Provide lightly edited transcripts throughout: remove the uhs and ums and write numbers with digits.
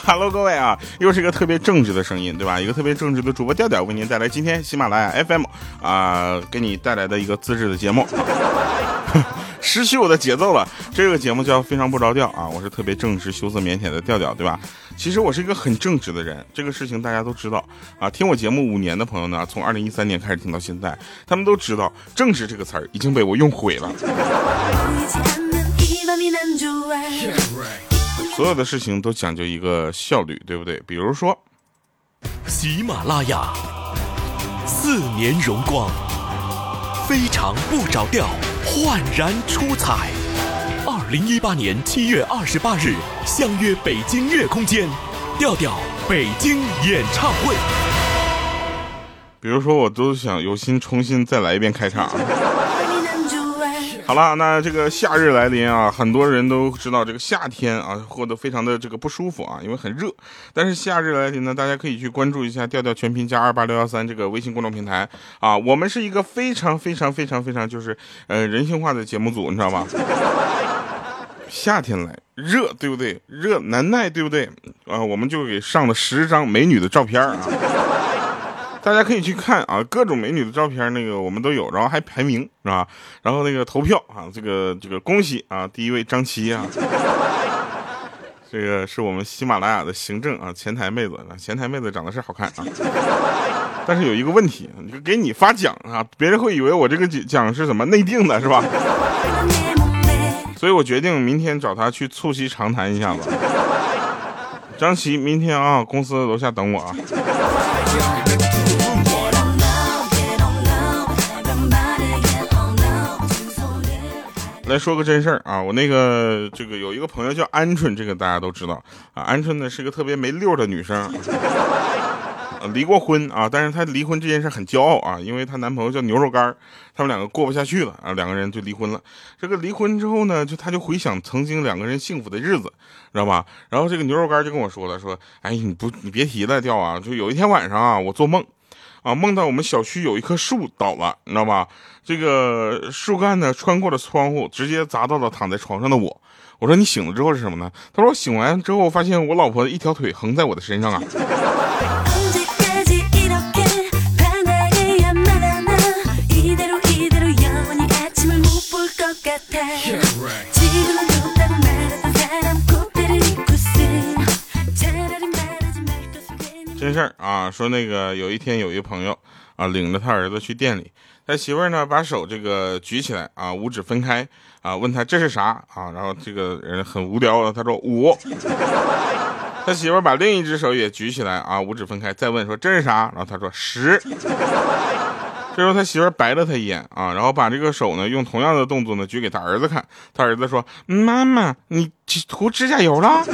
Hello， 各位啊，又是一个特别正直的声音，对吧？一个特别正直的主播调调为您带来今天喜马拉雅 FM 给你带来的一个自制的节目。失去我的节奏了，这个节目叫非常不着调啊！我是特别正直、羞涩、腼腆的调调，对吧？其实我是一个很正直的人，这个事情大家都知道啊。听我节目5年的朋友呢，从2013年开始听到现在，他们都知道正直这个词儿已经被我用毁了。所有的事情都讲究一个效率，对不对？比如说， 喜马拉雅4年荣光，非常不着调，焕然出彩。2018年7月28日，相约北京乐空间，调调北京演唱会。 比如说，我都想有心重新再来一遍开场。好了，那这个夏日来临啊，很多人都知道这个夏天啊，过得非常的这个不舒服啊，因为很热。但是夏日来临呢，大家可以去关注一下调调全拼加28613这个微信公众平台啊，我们是一个非常就是人性化的节目组，你知道吗？夏天来热，对不对？热难耐，对不对？我们就给上了10张美女的照片啊。大家可以去看啊，各种美女的照片，那个我们都有，然后还排名是吧？然后那个投票啊，这个恭喜啊，第一位张琪啊，这个是我们喜马拉雅的行政啊前台妹子，前台妹子长得是好看啊，但是有一个问题，给你发奖啊，别人会以为我这个奖是什么内定的，是吧？所以我决定明天找她去促膝长谈一下子。张琪，明天啊，公司楼下等我啊。来说个真事儿啊，我这个有一个朋友叫鹌鹑，这个大家都知道啊。鹌鹑呢是个特别没溜的女生，离过婚啊，但是她离婚这件事很骄傲啊，因为她男朋友叫牛肉干，他们两个过不下去了啊，两个人就离婚了。这个离婚之后呢，她就回想曾经两个人幸福的日子，知道吧？然后这个牛肉干就跟我说了，说，哎，你别提了，调啊，就有一天晚上啊，我做梦。啊，梦到我们小区有一棵树倒了，你知道吧？这个树干呢穿过了窗户，直接砸到了躺在床上的我。我说你醒了之后是什么呢？他说我醒完之后发现我老婆一条腿横在我的身上啊。真事儿啊，说那个有一天有一个朋友啊，领着他儿子去店里，他媳妇儿呢把手这个举起来啊，五指分开啊，问他这是啥啊？然后这个人很无聊的，他说5。他媳妇儿把另一只手也举起来啊，五指分开，再问说这是啥？然后他说10。这时候他媳妇儿白了他一眼啊，然后把这个手呢用同样的动作呢举给他儿子看，他儿子说妈妈，你涂指甲油了？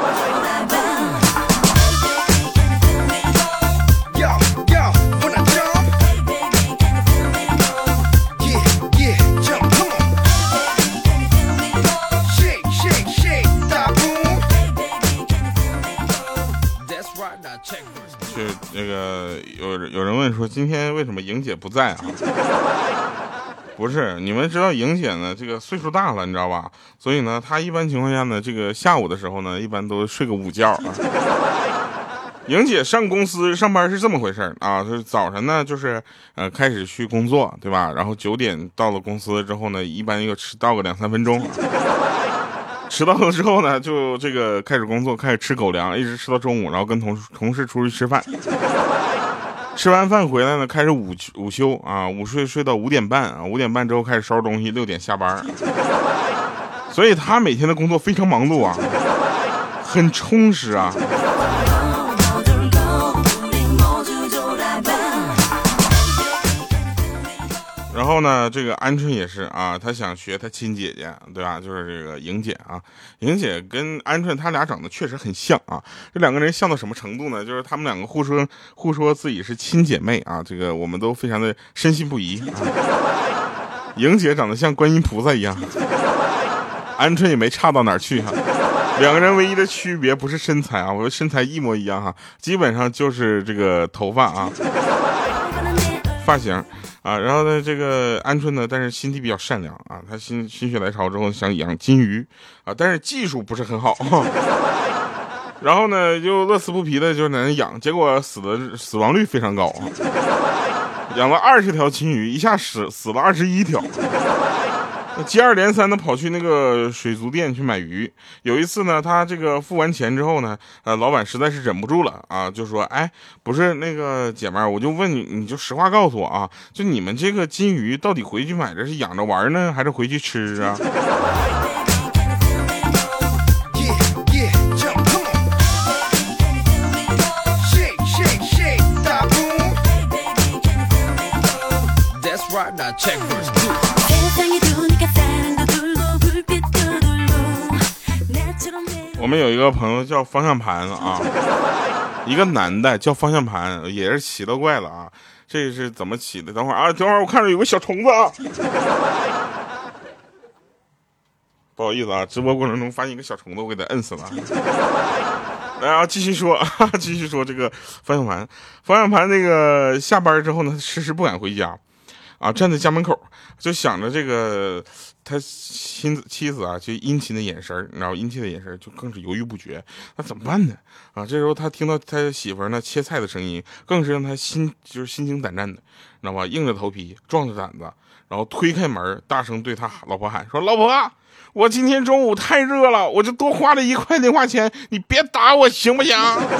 是那个有人问说今天为什么莹姐不在啊？不是，你们知道莹姐呢这个岁数大了，你知道吧？所以呢她一般情况下呢这个下午的时候呢一般都睡个午觉啊。莹姐上公司上班是这么回事啊，就是早晨呢就是开始去工作，对吧？然后9点到了公司之后呢，一般又迟到个2-3分钟。迟到了之后呢，就这个开始工作，开始吃狗粮，一直吃到中午，然后跟同事出去吃饭。吃完饭回来呢，开始午休啊，午睡到5点半啊，5点半之后开始收拾东西，6点下班。所以他每天的工作非常忙碌啊，很充实啊。然后呢，这个鹌鹑也是啊，他想学他亲姐姐，对吧？就是这个莹姐啊，莹姐跟鹌鹑他俩长得确实很像啊。这两个人像到什么程度呢？就是他们两个互说自己是亲姐妹啊，这个我们都非常的深信不疑啊。莹姐长得像观音菩萨一样，鹌鹑也没差到哪儿去哈。两个人唯一的区别不是身材啊，我的身材一模一样哈，基本上就是这个头发啊，发型。啊，然后呢，这个鹌鹑呢，但是心地比较善良啊，他心血来潮之后想养金鱼啊，但是技术不是很好。 然后呢就乐此不疲的就在那养，结果死亡率非常高啊，养了20条金鱼，一下死了21条。接二连三的跑去那个水族店去买鱼。有一次呢，他这个付完钱之后呢，老板实在是忍不住了啊，就说：“哎，不是那个姐妹儿，我就问你，你就实话告诉我啊，就你们这个金鱼到底回去买着是养着玩呢，还是回去吃啊？”我们有一个朋友叫方向盘啊，一个男的叫方向盘，也是奇了怪了啊。这是怎么起的？等会儿啊，等会儿我看着有个小虫子啊。不好意思啊，直播过程中发现一个小虫子，我给它摁死了。来啊，继续说这个方向盘那个下班之后呢，迟迟不敢回家啊，站在家门口就想着这个他妻子啊，就殷勤的眼神，然后殷切的眼神就更是犹豫不决，那怎么办呢？啊，这时候他听到他媳妇呢切菜的声音，更是让他心惊胆战的，知道吧？硬着头皮，壮着胆子，然后推开门，大声对他老婆喊说：“老婆，我今天中午太热了，我就多花了1块零花钱，你别打我行不行？”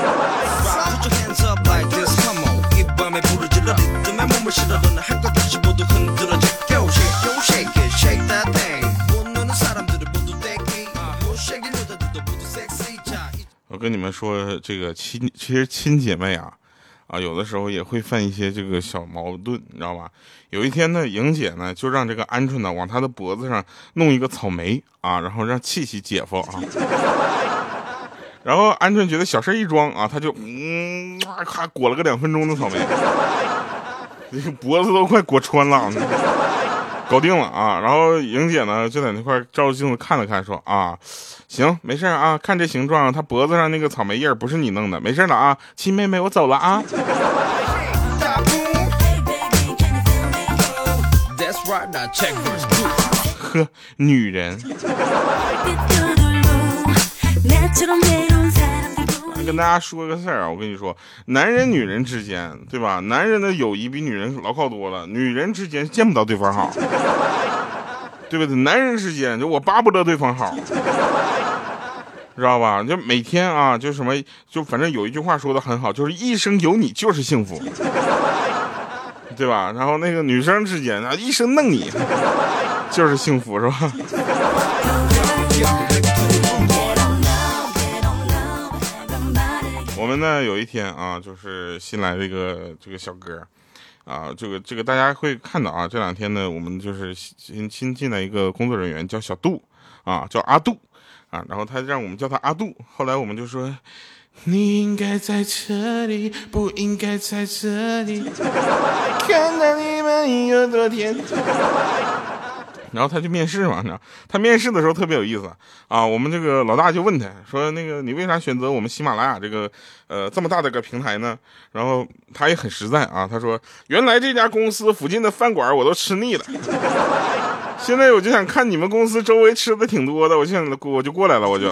我跟你们说，这个其实亲姐妹啊，有的时候也会犯一些这个小矛盾，你知道吧？有一天呢，莹姐呢就让这个鹌鹑呢往她的脖子上弄一个草莓啊，然后让气姐夫啊。然后鹌鹑觉得小事一桩啊，他就咔裹了个2分钟的草莓，这个脖子都快裹穿了，搞定了啊。然后莹姐呢就在那块照镜子看了看，说啊，行，没事啊，看这形状，他脖子上那个草莓叶不是你弄的，没事了啊，亲妹妹我走了啊。呵，女人。跟大家说个事儿啊，我跟你说，男人女人之间，对吧？男人的友谊比女人牢靠多了，女人之间见不到对方好，对不对？男人之间就我巴不得对方好，知道吧？就每天啊，就什么，就反正有一句话说的很好，就是一生有你就是幸福，对吧？然后那个女生之间啊，一生弄你就是幸福，是吧？我们呢有一天啊，就是新来的一个这个小哥啊，这个大家会看到啊，这2天呢，我们就是新进来一个工作人员叫小杜啊，叫阿杜啊，然后他让我们叫他阿杜，后来我们就说你应该在这里，不应该在这里，看到你们有多甜。然后他去面试嘛，他面试的时候特别有意思啊。我们这个老大就问他说：“那个你为啥选择我们喜马拉雅这个这么大的个平台呢？”然后他也很实在啊，他说：“原来这家公司附近的饭馆我都吃腻了，现在我就想看你们公司周围吃的挺多的，我就过来了，我就。”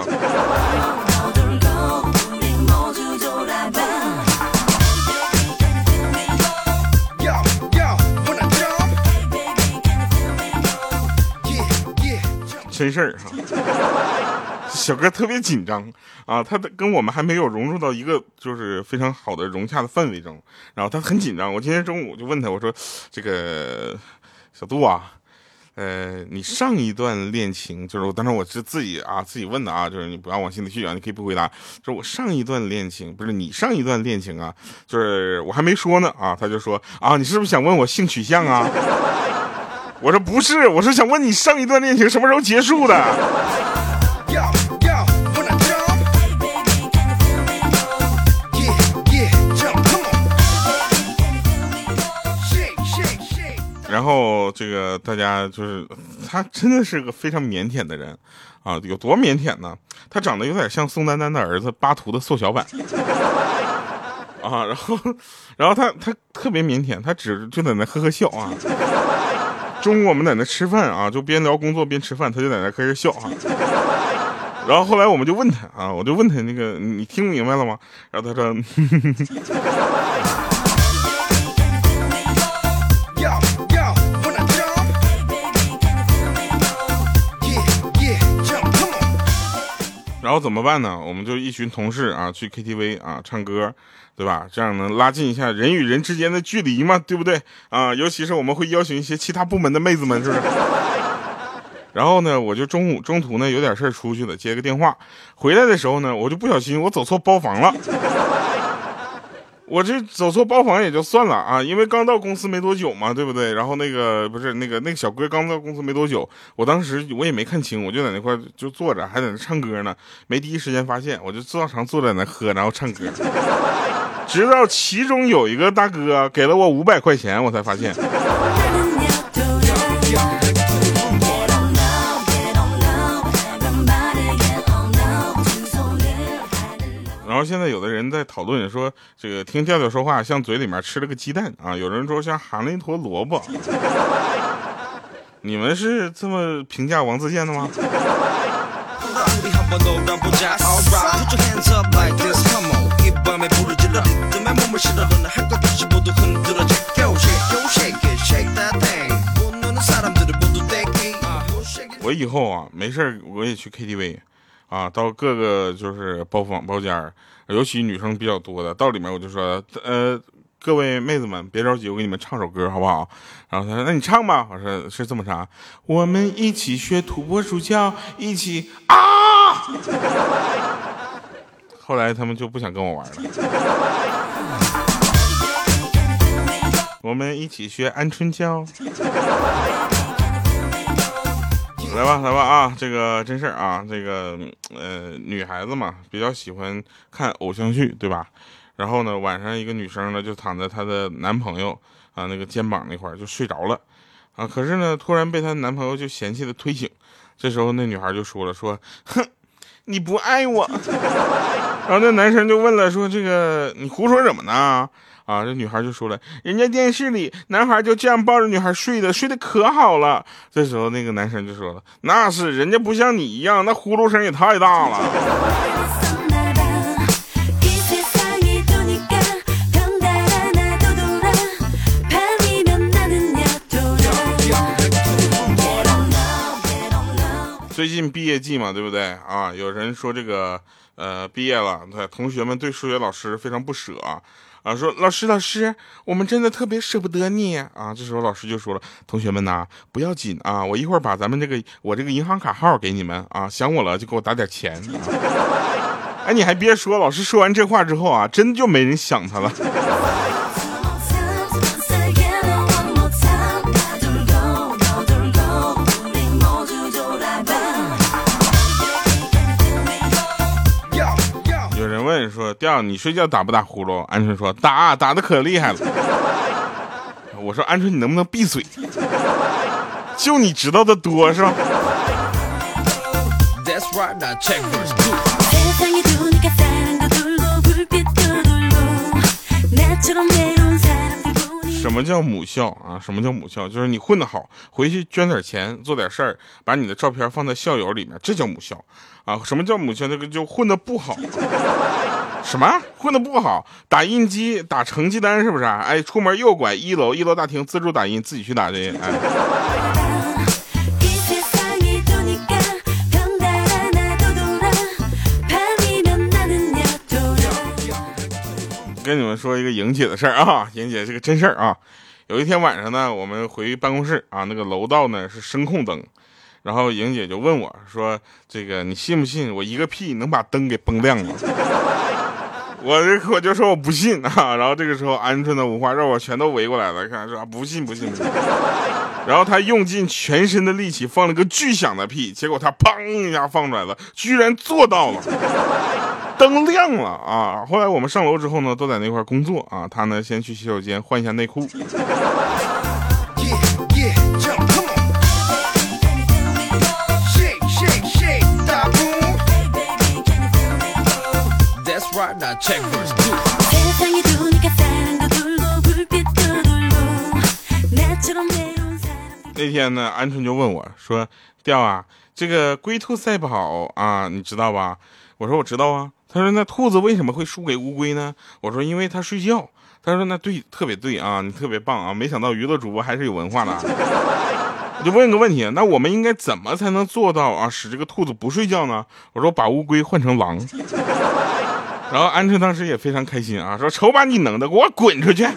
真事儿哈，小哥特别紧张啊，他跟我们还没有融入到一个就是非常好的融洽的氛围中，然后他很紧张。我今天中午就问他，我说：“这个小杜啊，你上一段恋情，就是当时我是自己问的啊，就是你不要往心里去啊，你可以不回答。说我上一段恋情不是你上一段恋情啊，就是我还没说呢啊，他就说啊，你是不是想问我性取向啊？”我说不是，我是想问你上一段恋情什么时候结束的？然后这个大家就是他真的是个非常腼腆的人啊，有多腼腆呢？他长得有点像宋丹丹的儿子巴图的缩小版啊，然后他特别腼腆，他就在那呵呵笑啊。中午我们在那吃饭啊，就边聊工作边吃饭，他就在那开始笑啊。 然后后来我们就问他啊，我就问他那个你听明白了吗？然后他说然后怎么办呢？我们就一群同事啊去 KTV 啊唱歌，对吧？这样能拉近一下人与人之间的距离嘛，对不对啊？尤其是我们会邀请一些其他部门的妹子们，是不是？然后呢，我就中途呢有点事出去了，接个电话，回来的时候呢，我就不小心我走错包房了。我这走错包房也就算了啊，因为刚到公司没多久嘛，对不对？然后那个小哥刚到公司没多久，我当时我也没看清，我就在那块就坐着，还在那唱歌呢，没第一时间发现，我就照常坐在那喝，然后唱歌，直到其中有一个大哥给了我500块钱，我才发现。然后现在有的人在讨论说，这个听调调说话像嘴里面吃了个鸡蛋啊，有人说像含了一坨萝卜。你们是这么评价王自健的吗？我以后啊没事我也去 KTV。啊，到各个就是包间，尤其女生比较多的，到里面我就说，各位妹子们别着急，我给你们唱首歌好不好？然后他说那你唱吧，我说是这么唱，我们一起学土拨鼠叫，一起啊。后来他们就不想跟我玩了。我们一起学鹌鹑叫。来吧啊，这个真事儿啊，这个女孩子嘛比较喜欢看偶像剧，对吧？然后呢，晚上一个女生呢就躺在她的男朋友啊那个肩膀那块就睡着了啊，可是呢突然被她男朋友就嫌弃的推醒，这时候那女孩就说了说，哼，你不爱我。然后那男生就问了说，这个你胡说什么呢？啊，这女孩就说了，人家电视里男孩就这样抱着女孩睡的可好了。这时候那个男生就说了，那是人家不像你一样，那呼噜声也太大了。最近毕业季嘛，对不对啊？有人说这个毕业了，对同学们对数学老师非常不舍啊，说老师，我们真的特别舍不得你啊。这时候老师就说了，同学们呐，不要紧啊，我一会儿把我这个银行卡号给你们啊，想我了就给我打点钱啊。哎，你还别说，老师说完这话之后啊，真就没人想他了。问说调你睡觉打不打呼噜？鹌鹑说打的可厉害了。我说鹌鹑你能不能闭嘴？就你知道的多是吧？什么叫母校啊？什么叫母校？就是你混得好，回去捐点钱，做点事儿，把你的照片放在校友里面，这叫母校啊。什么叫母校？这个就混得不好。什么混得不好？打印机打成绩单是不是？哎，出门右拐1楼大厅自助打印，自己去打这。哎。跟你们说一个莹姐的事儿啊，莹姐是个真事儿啊。有一天晚上呢，我们回办公室啊，那个楼道呢是声控灯，然后莹姐就问我说：“这个你信不信我一个屁能把灯给崩亮了？”我就说我不信啊。然后这个时候鹌鹑的五花肉全都围过来了，看说不信。然后他用尽全身的力气放了个巨响的屁，结果他砰一下放出来了，居然做到了。灯亮了啊！后来我们上楼之后呢，都在那块工作啊。他呢，先去洗手间换一下内裤。那天呢，鹌鹑就问我说：“调啊， 这个龟兔赛跑啊，你知道吧？我说我知道啊。他说那兔子为什么会输给乌龟呢？我说因为它睡觉。他说那对，特别对啊，你特别棒啊！没想到娱乐主播还是有文化的。我就问个问题，那我们应该怎么才能做到啊，使这个兔子不睡觉呢？我说把乌龟换成狼。然后鹌鹑当时也非常开心啊，说瞅把你能的，给我滚出去。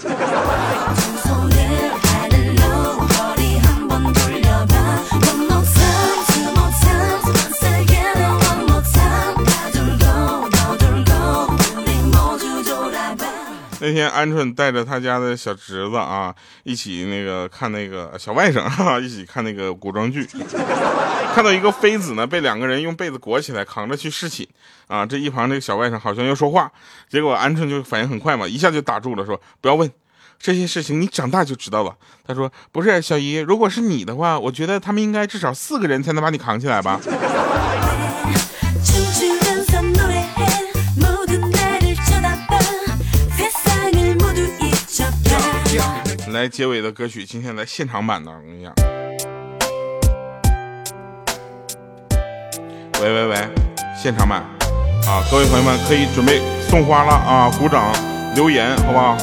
那天鹌鹑带着他家的小侄子啊，一起那个看那个小外甥啊，一起看那个古装剧，看到一个妃子呢被2个人用被子裹起来扛着去侍寝啊，这一旁这个小外甥好像要说话，结果鹌鹑就反应很快嘛，一下就打住了，说不要问这些事情，你长大就知道了。他说不是小姨，如果是你的话，我觉得他们应该至少4个人才能把你扛起来吧。来结尾的歌曲，今天来现场版的，我跟你讲。喂，现场版啊！各位朋友们可以准备送花了啊，鼓掌留言，好不好？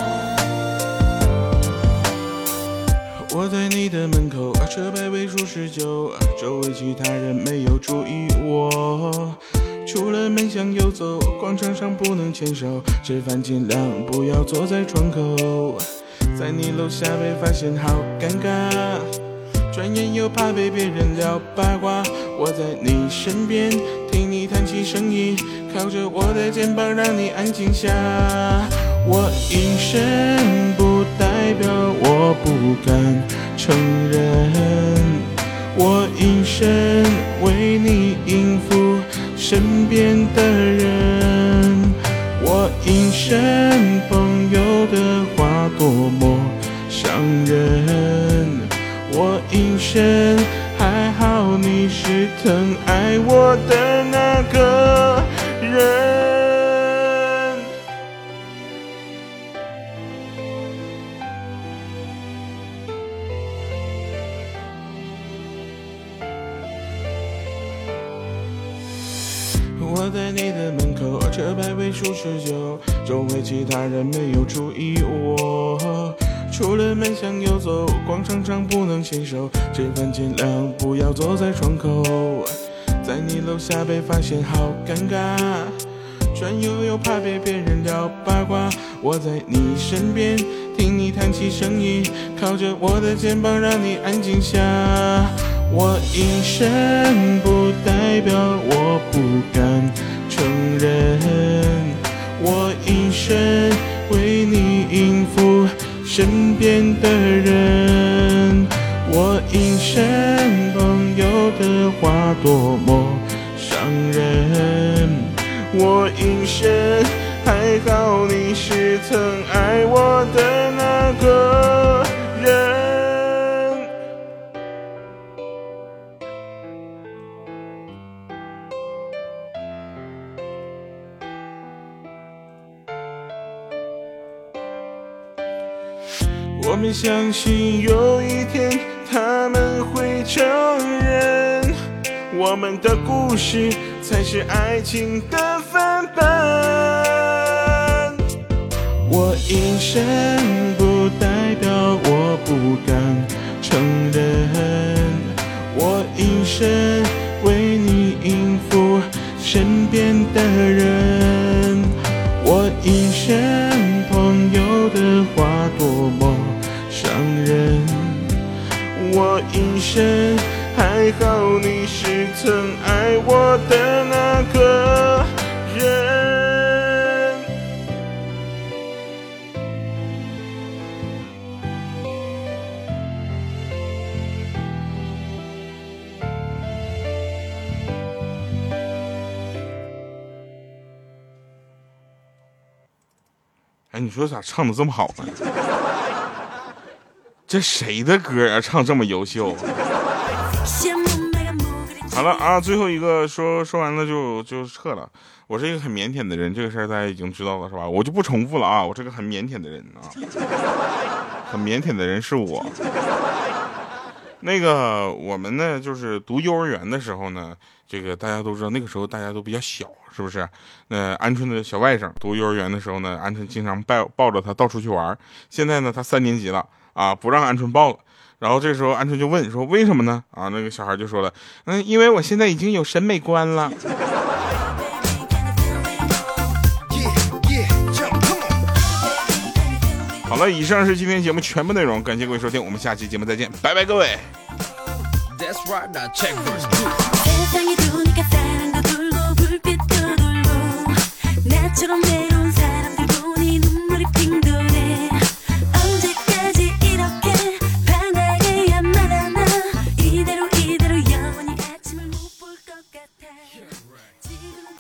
我在你的门口，车牌尾数19，周围其他人没有注意我。出了门向右走，广场上不能牵手，吃饭尽量不要坐在窗口。在你楼下被发现好尴尬，转眼又怕被别人聊八卦。我在你身边听你谈起生意，靠着我的肩膀让你安静下。我隐身不代表我不敢承认，我隐身为你应付身边的人。我隐身朋友的话多么伤人，我隐身还好你是疼爱我的那个人。我在你的门口，车牌尾数19，周围其他人没有注意我。出了门向右走，广场上不能牵手，吃饭尽量不要坐在窗口。在你楼下被发现好尴尬，转悠又怕被别人聊八卦。我在你身边听你谈起生意，靠着我的肩膀让你安静下。我隐身不代表我不敢承认，我隐身为你应付身边的人。我隐身朋友的话多么伤人，我隐身还好你是曾爱我的那个人。我们相信有一天他们会承认，我们的故事才是爱情的范本。我隐身不代表我不敢承认，我隐身为你应付身边的人。我隐身朋友的话多么伤人，我隐身还好你是曾爱我的那个人。哎，你说咋唱的这么好呢？这谁的歌啊，唱这么优秀？好了啊，最后一个说完了就撤了。我是一个很腼腆的人，这个事儿大家已经知道了是吧？我就不重复了啊，我是个很腼腆的人啊，很腼腆的人是我。 那个我们呢，就是读幼儿园的时候呢，这个大家都知道，那个时候大家都比较小，是不是？鹌鹑的小外甥读幼儿园的时候呢，鹌鹑经常抱着他到处去玩。现在呢，他3年级了啊，不让鹌鹑抱了。然后这时候鹌鹑就问说：“为什么呢？”啊，那个小孩就说了：“因为我现在已经有审美观了。”好了，以上是今天节目全部内容，感谢各位收听，我们下期节目再见，拜拜各位。 That's right, now check verse 2. 세상이 두니까 사랑도 돌고 불빛도 돌고 나처럼